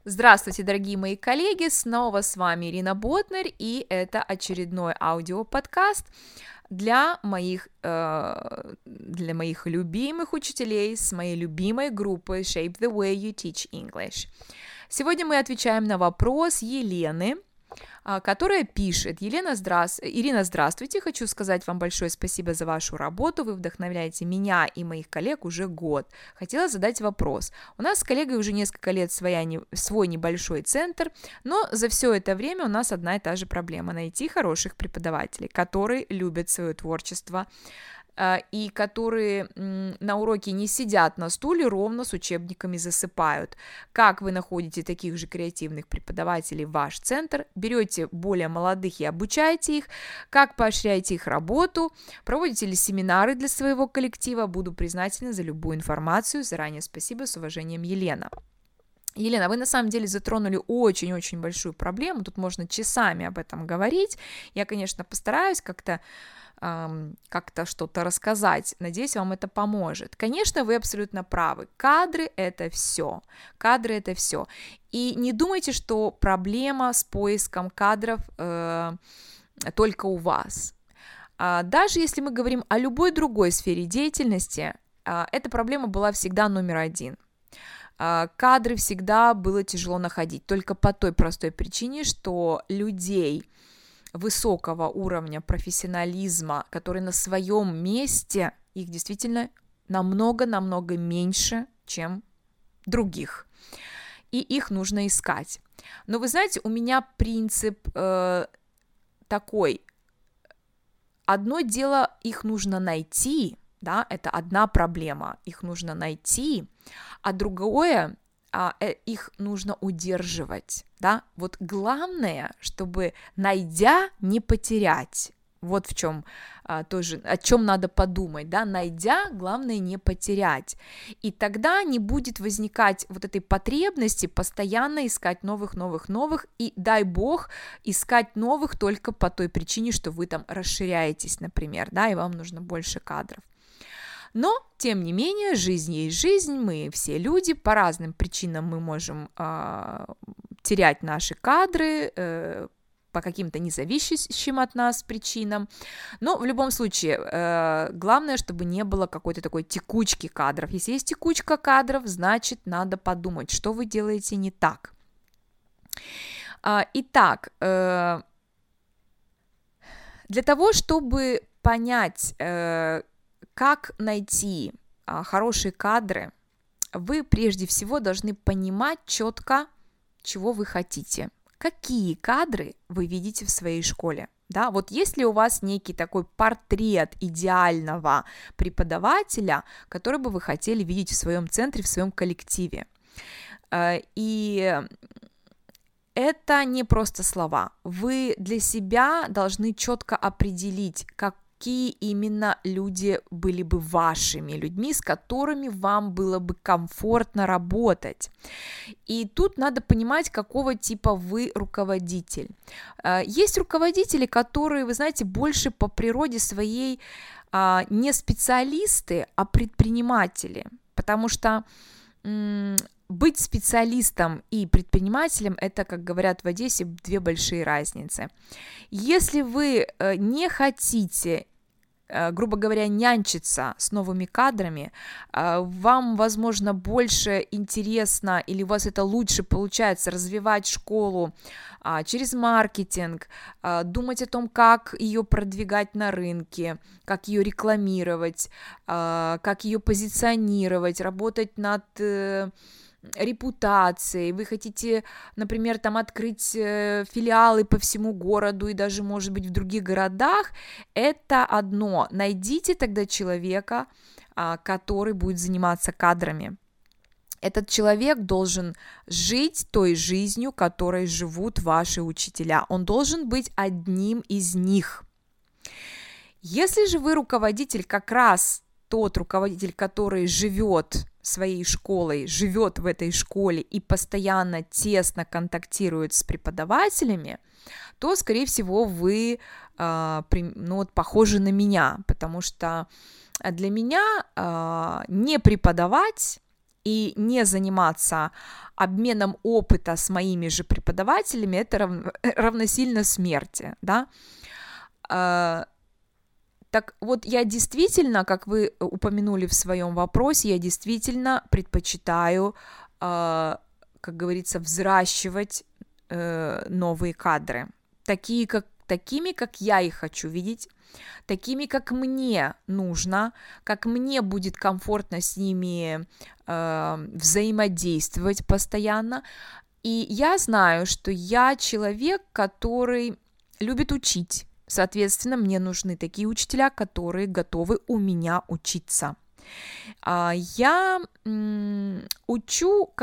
Здравствуйте, дорогие мои коллеги! Снова с вами Ирина Ботнер, и это очередной аудиоподкаст для моих любимых учителей с моей любимой группы Shape the Way You Teach English. Сегодня мы отвечаем на вопрос Елены, которая пишет: Ирина, здравствуйте, хочу сказать вам большое спасибо за вашу работу, вы вдохновляете меня и моих коллег уже год. Хотела задать вопрос. У нас с коллегой уже несколько лет свой небольшой центр, но за все это время у нас одна и та же проблема — найти хороших преподавателей, которые любят свое творчество, и которые на уроке не сидят на стуле, ровно с учебниками засыпают. Как вы находите таких же креативных преподавателей в ваш центр? Берете более молодых и обучаете их? Как поощряете их работу? Проводите ли семинары для своего коллектива? Буду признательна за любую информацию. Заранее спасибо, с уважением, Елена. Елена, вы на самом деле затронули очень-очень большую проблему, тут можно часами об этом говорить. Я, конечно, постараюсь как-то что-то рассказать. Надеюсь, вам это поможет. Конечно, вы абсолютно правы. Кадры — это все. Кадры — это все. И не думайте, что проблема с поиском кадров только у вас. Даже если мы говорим о любой другой сфере деятельности, эта проблема была всегда номер один. Кадры всегда было тяжело находить, только по той простой причине, что людей высокого уровня профессионализма, которые на своем месте, их действительно намного меньше, чем других, и их нужно искать. Но вы знаете, у меня принцип такой: одно дело, их нужно найти, да, это одна проблема, их нужно найти, а другое, их нужно удерживать, да, вот главное, чтобы, найдя, не потерять, вот в чем тоже, о чем надо подумать, да, найдя, главное не потерять, и тогда не будет возникать вот этой потребности постоянно искать новых, и, дай бог, искать новых только по той причине, что вы там расширяетесь, например, да, и вам нужно больше кадров. Но, тем не менее, жизнь есть жизнь, мы все люди, по разным причинам мы можем терять наши кадры, по каким-то независящим от нас причинам, но в любом случае, главное, чтобы не было какой-то такой текучки кадров. Если есть текучка кадров, значит, надо подумать, что вы делаете не так. Итак, для того, чтобы понять, как найти хорошие кадры, вы прежде всего должны понимать четко, чего вы хотите, какие кадры вы видите в своей школе. Да, вот есть ли у вас некий такой портрет идеального преподавателя, который бы вы хотели видеть в своем центре, в своем коллективе? И это не просто слова. Вы для себя должны четко определить, какие именно люди были бы вашими людьми, с которыми вам было бы комфортно работать. И тут надо понимать, какого типа вы руководитель. Есть руководители, которые, вы знаете, больше по природе своей не специалисты, а предприниматели, потому что быть специалистом и предпринимателем — это, как говорят в Одессе, две большие разницы. Если вы не хотите, грубо говоря, нянчиться с новыми кадрами, вам, возможно, больше интересно, или у вас это лучше получается, развивать школу через маркетинг, думать о том, как ее продвигать на рынке, как ее рекламировать, как ее позиционировать, работать над репутацией, вы хотите, например, там открыть филиалы по всему городу и даже, может быть, в других городах, это одно. Найдите тогда человека, который будет заниматься кадрами. Этот человек должен жить той жизнью, которой живут ваши учителя. Он должен быть одним из них. Если же вы руководитель, как раз тот руководитель, который живет своей школой, живет в этой школе и постоянно тесно контактирует с преподавателями, то, скорее всего, вы похожи на меня, потому что для меня не преподавать и не заниматься обменом опыта с моими же преподавателями, это равносильно смерти, да. Так вот, я действительно, как вы упомянули в своем вопросе, я действительно предпочитаю, как говорится, взращивать новые кадры, такими, как я их хочу видеть, такими, как мне нужно, как мне будет комфортно с ними взаимодействовать постоянно. И я знаю, что я человек, который любит учить. Соответственно, мне нужны такие учителя, которые готовы у меня учиться. Я учу,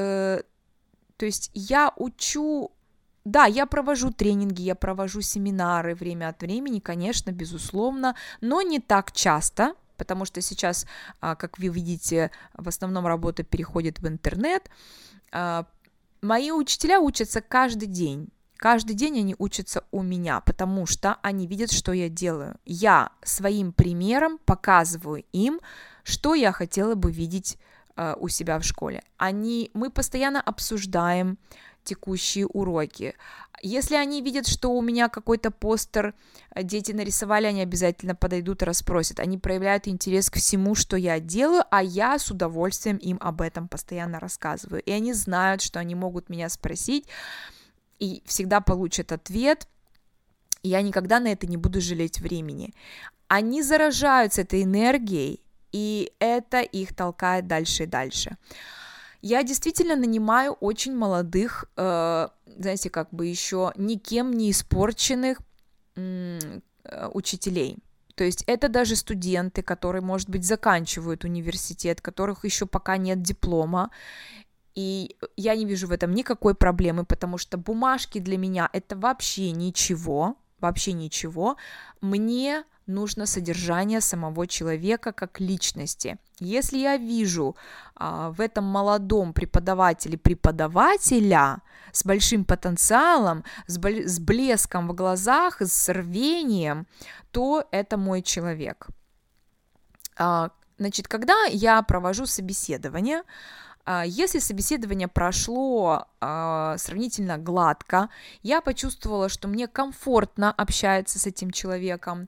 да, я провожу тренинги, я провожу семинары время от времени, конечно, безусловно, но не так часто, потому что сейчас, как вы видите, в основном работа переходит в интернет. Мои учителя учатся каждый день. Каждый день они учатся у меня, потому что они видят, что я делаю. Я своим примером показываю им, что я хотела бы видеть у себя в школе. Мы постоянно обсуждаем текущие уроки. Если они видят, что у меня какой-то постер дети нарисовали, они обязательно подойдут и расспросят. Они проявляют интерес к всему, что я делаю, а я с удовольствием им об этом постоянно рассказываю. И они знают, что они могут меня спросить, и всегда получат ответ, и я никогда на это не буду жалеть времени. Они заражаются этой энергией, и это их толкает дальше и дальше. Я действительно нанимаю очень молодых, знаете, как бы еще никем не испорченных учителей. То есть это даже студенты, которые, может быть, заканчивают университет, которых еще пока нет диплома. И я не вижу в этом никакой проблемы, потому что бумажки для меня это вообще ничего. Мне нужно содержание самого человека как личности. Если я вижу в этом молодом преподавателя с большим потенциалом, с блеском в глазах, с рвением, то это мой человек. Значит, когда я провожу собеседование, если собеседование прошло сравнительно гладко, я почувствовала, что мне комфортно общаться с этим человеком,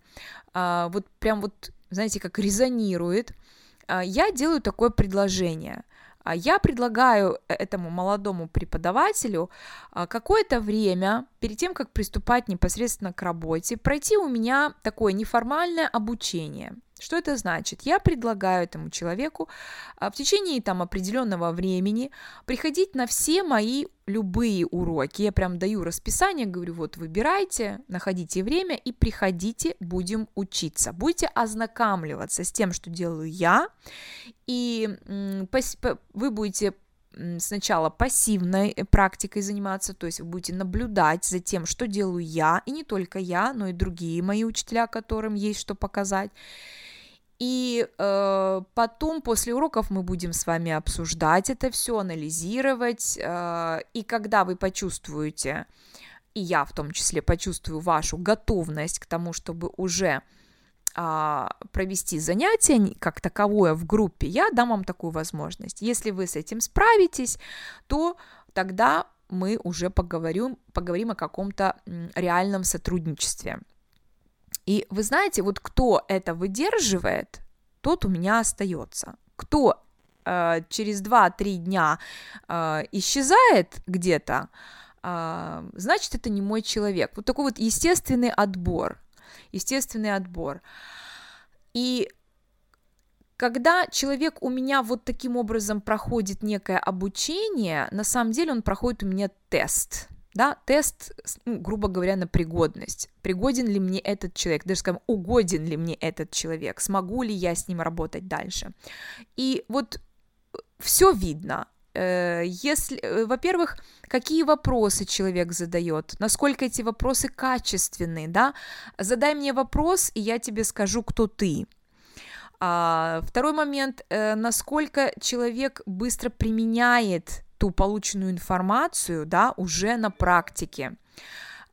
знаете, как резонирует, я делаю такое предложение. Я предлагаю этому молодому преподавателю какое-то время, перед тем, как приступать непосредственно к работе, пройти у меня такое неформальное обучение. Что это значит? Я предлагаю этому человеку в течение определенного времени приходить на все мои любые уроки. Я прям даю расписание, говорю, вот выбирайте, находите время и приходите, будем учиться. Будете ознакомливаться с тем, что делаю я, и вы будете сначала пассивной практикой заниматься, то есть вы будете наблюдать за тем, что делаю я, и не только я, но и другие мои учителя, которым есть что показать. И потом, после уроков, мы будем с вами обсуждать это все, анализировать, и когда вы почувствуете, и я в том числе почувствую вашу готовность к тому, чтобы уже провести занятие как таковое в группе, я дам вам такую возможность. Если вы с этим справитесь, то тогда мы уже поговорим о каком-то реальном сотрудничестве. И вы знаете, вот кто это выдерживает, тот у меня остается. Кто через 2-3 дня исчезает где-то, значит, это не мой человек. Вот такой вот естественный отбор. И когда человек у меня вот таким образом проходит некое обучение, на самом деле он проходит у меня тест. Да, тест, грубо говоря, на пригодность. Пригоден ли мне этот человек, даже скажем, угоден ли мне этот человек, смогу ли я с ним работать дальше. И вот все видно. Во-первых, какие вопросы человек задает, насколько эти вопросы качественные, да? Задай мне вопрос, и я тебе скажу, кто ты. Второй момент, насколько человек быстро применяет ту полученную информацию, да, уже на практике.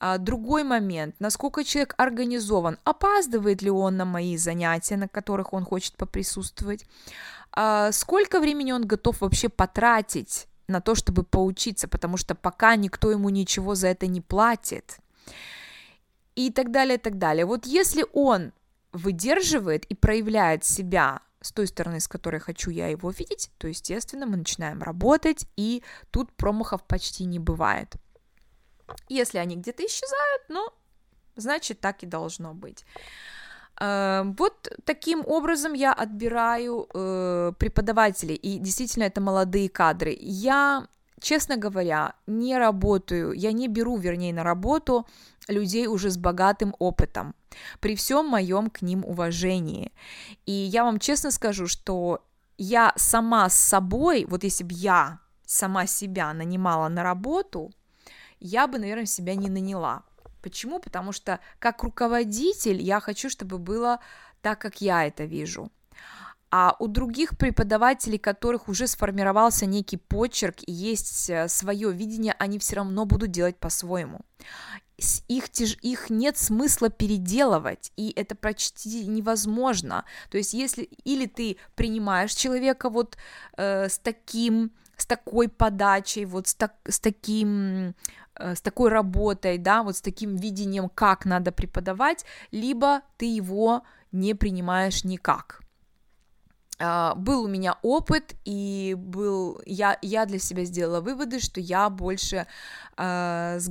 Другой момент, насколько человек организован, опаздывает ли он на мои занятия, на которых он хочет поприсутствовать, сколько времени он готов вообще потратить на то, чтобы поучиться, потому что пока никто ему ничего за это не платит, и так далее, и так далее. Вот если он выдерживает и проявляет себя с той стороны, с которой хочу я его видеть, то, естественно, мы начинаем работать, и тут промахов почти не бывает. Если они где-то исчезают, ну, значит, так и должно быть. Вот таким образом я отбираю преподавателей, и действительно это молодые кадры. Я, честно говоря, не беру, на работу людей уже с богатым опытом, при всем моем к ним уважении. И я вам честно скажу, что я сама с собой, вот если бы я сама себя нанимала на работу, я бы, наверное, себя не наняла. Почему? Потому что как руководитель я хочу, чтобы было так, как я это вижу. А у других преподавателей, которых уже сформировался некий почерк и есть свое видение, они все равно будут делать по-своему. Их нет смысла переделывать, и это почти невозможно. То есть если или ты принимаешь человека вот с такой подачей, вот с такой работой, да, вот с таким видением, как надо преподавать, либо ты его не принимаешь никак. Был у меня опыт, и я для себя сделала выводы, что я больше с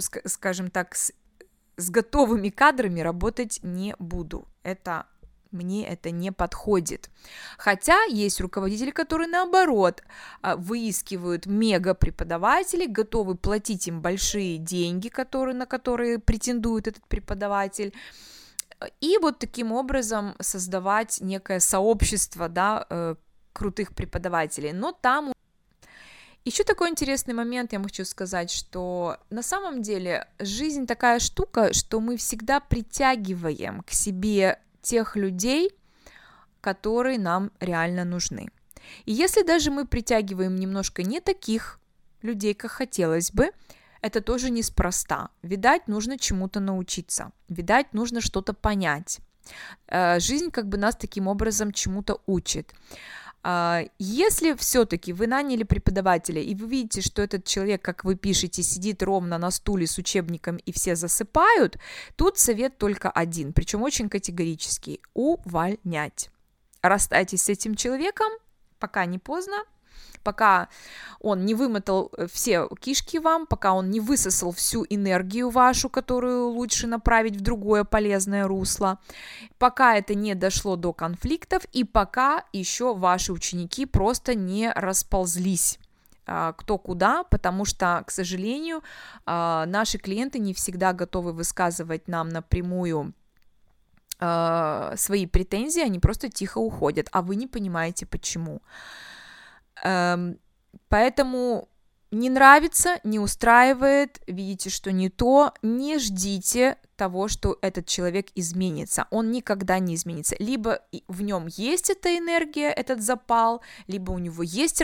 готовыми кадрами работать не буду. Мне это не подходит. Хотя есть руководители, которые, наоборот, выискивают мега-преподавателей, готовы платить им большие деньги, на которые претендует этот преподаватель, и вот таким образом создавать некое сообщество, да, крутых преподавателей. Но там еще такой интересный момент, я хочу сказать, что на самом деле жизнь такая штука, что мы всегда притягиваем к себе тех людей, которые нам реально нужны. И если даже мы притягиваем немножко не таких людей, как хотелось бы, это тоже неспроста. Видать, нужно чему-то научиться. Видать, нужно что-то понять. Жизнь как бы нас таким образом чему-то учит. Если все-таки вы наняли преподавателя, и вы видите, что этот человек, как вы пишете, сидит ровно на стуле с учебником и все засыпают, тут совет только один, причем очень категорический – увольнять. Расстайтесь с этим человеком, пока не поздно, пока он не вымотал все кишки вам, пока он не высосал всю энергию вашу, которую лучше направить в другое полезное русло, пока это не дошло до конфликтов и пока еще ваши ученики просто не расползлись кто куда, потому что, к сожалению, наши клиенты не всегда готовы высказывать нам напрямую свои претензии, они просто тихо уходят, а вы не понимаете почему. Поэтому не нравится, не устраивает, видите, что не то, не ждите того, что этот человек изменится. Он никогда не изменится. Либо в нем есть эта энергия, этот запал, либо у него есть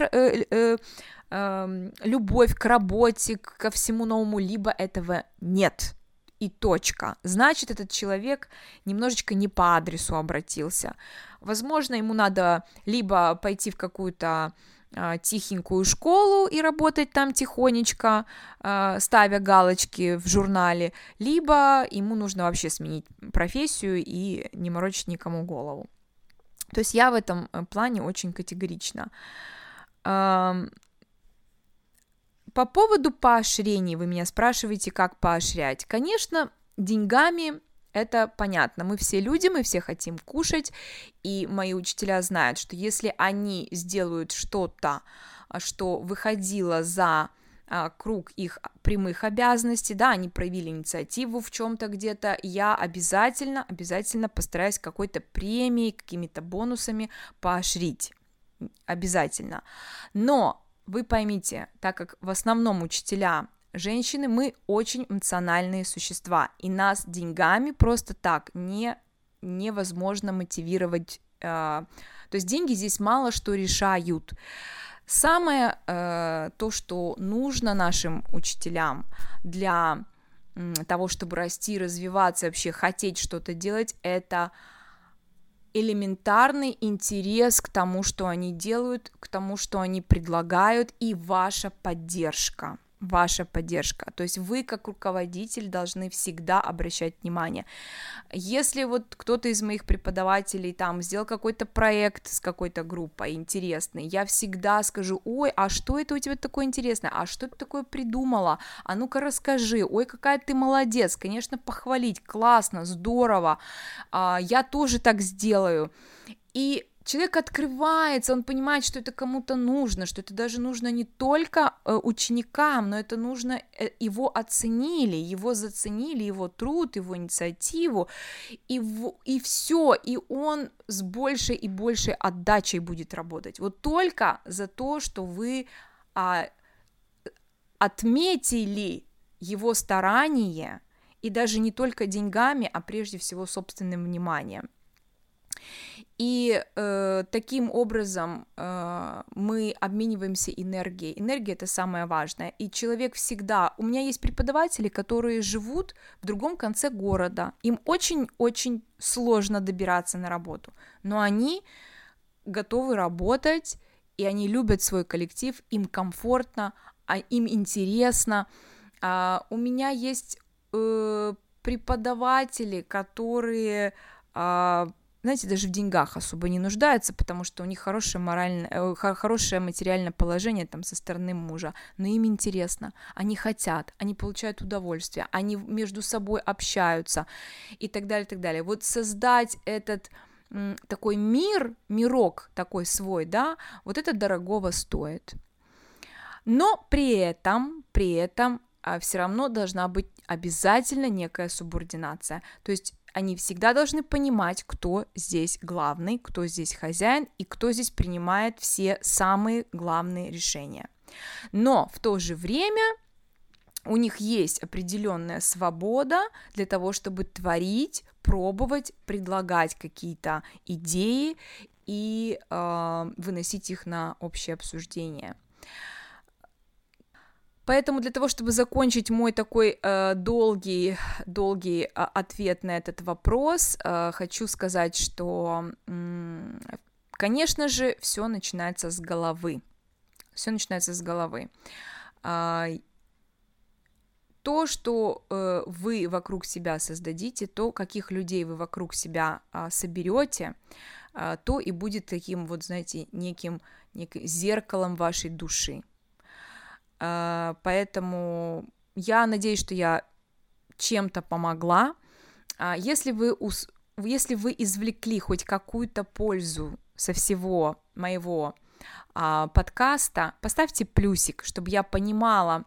любовь к работе, ко всему новому, либо этого нет. И точка. Значит, этот человек немножечко не по адресу обратился. Возможно, ему надо либо пойти в какую-то тихенькую школу и работать там тихонечко, ставя галочки в журнале, либо ему нужно вообще сменить профессию и не морочить никому голову. То есть я в этом плане очень категорична. По поводу поощрений вы меня спрашиваете, как поощрять. Конечно, деньгами это понятно. Мы все люди, мы все хотим кушать, и мои учителя знают, что если они сделают что-то, что выходило за круг их прямых обязанностей, да, они проявили инициативу в чем-то где-то, я обязательно постараюсь какой-то премией, какими-то бонусами поощрить. Обязательно. Но вы поймите, так как в основном учителя женщины, мы очень эмоциональные существа, и нас деньгами просто так невозможно мотивировать. То есть деньги здесь мало что решают. Самое то, что нужно нашим учителям для того, чтобы расти, развиваться, вообще хотеть что-то делать, это элементарный интерес к тому, что они делают, к тому, что они предлагают, и ваша поддержка. То есть вы, как руководитель, должны всегда обращать внимание. Если вот кто-то из моих преподавателей там сделал какой-то проект с какой-то группой интересный, я всегда скажу: ой, а что это у тебя такое интересное, а что ты такое придумала, а ну-ка расскажи, ой, какая ты молодец, конечно, похвалить, классно, здорово, я тоже так сделаю. И человек открывается, он понимает, что это кому-то нужно, что это даже нужно не только ученикам, но это нужно, его оценили, его заценили, его труд, его инициативу, и все, и он с большей и большей отдачей будет работать. Вот только за то, что вы отметили его старание, и даже не только деньгами, а прежде всего собственным вниманием. И таким образом мы обмениваемся энергией. Энергия — это самое важное. И человек всегда... У меня есть преподаватели, которые живут в другом конце города. Им очень-очень сложно добираться на работу. Но они готовы работать, и они любят свой коллектив, им комфортно, им интересно. У меня есть преподаватели, которые... знаете, даже в деньгах особо не нуждаются, потому что у них хорошее материальное положение там со стороны мужа, но им интересно, они хотят, они получают удовольствие, они между собой общаются и так далее, и так далее. Вот создать этот такой мирок такой свой, да, вот это дорогого стоит. Но при этом все равно должна быть обязательно некая субординация, то есть они всегда должны понимать, кто здесь главный, кто здесь хозяин и кто здесь принимает все самые главные решения. Но в то же время у них есть определенная свобода для того, чтобы творить, пробовать, предлагать какие-то идеи и выносить их на общее обсуждение. Поэтому для того, чтобы закончить мой такой долгий ответ на этот вопрос, хочу сказать, что, конечно же, все начинается с головы. То, что вы вокруг себя создадите, то, каких людей вы вокруг себя соберете, то и будет таким, вот, знаете, неким зеркалом вашей души. Поэтому я надеюсь, что я чем-то помогла. Если вы извлекли хоть какую-то пользу со всего моего подкаста, поставьте плюсик, чтобы я понимала,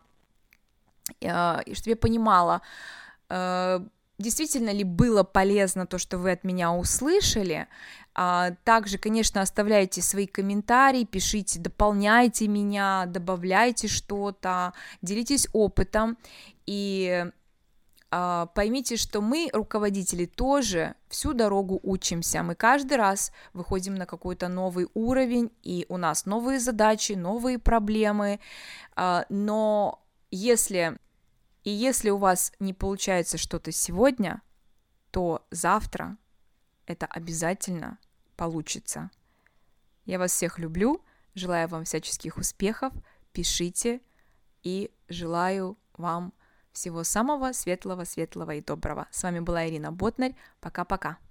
действительно ли было полезно то, что вы от меня услышали. Также, конечно, оставляйте свои комментарии, пишите, дополняйте меня, добавляйте что-то, делитесь опытом. И поймите, что мы, руководители, тоже всю дорогу учимся. Мы каждый раз выходим на какой-то новый уровень, и у нас новые задачи, новые проблемы. Но если у вас не получается что-то сегодня, то завтра это обязательно получится. Я вас всех люблю, желаю вам всяческих успехов, пишите и желаю вам всего самого светлого и доброго. С вами была Ирина Ботнарь. Пока-пока.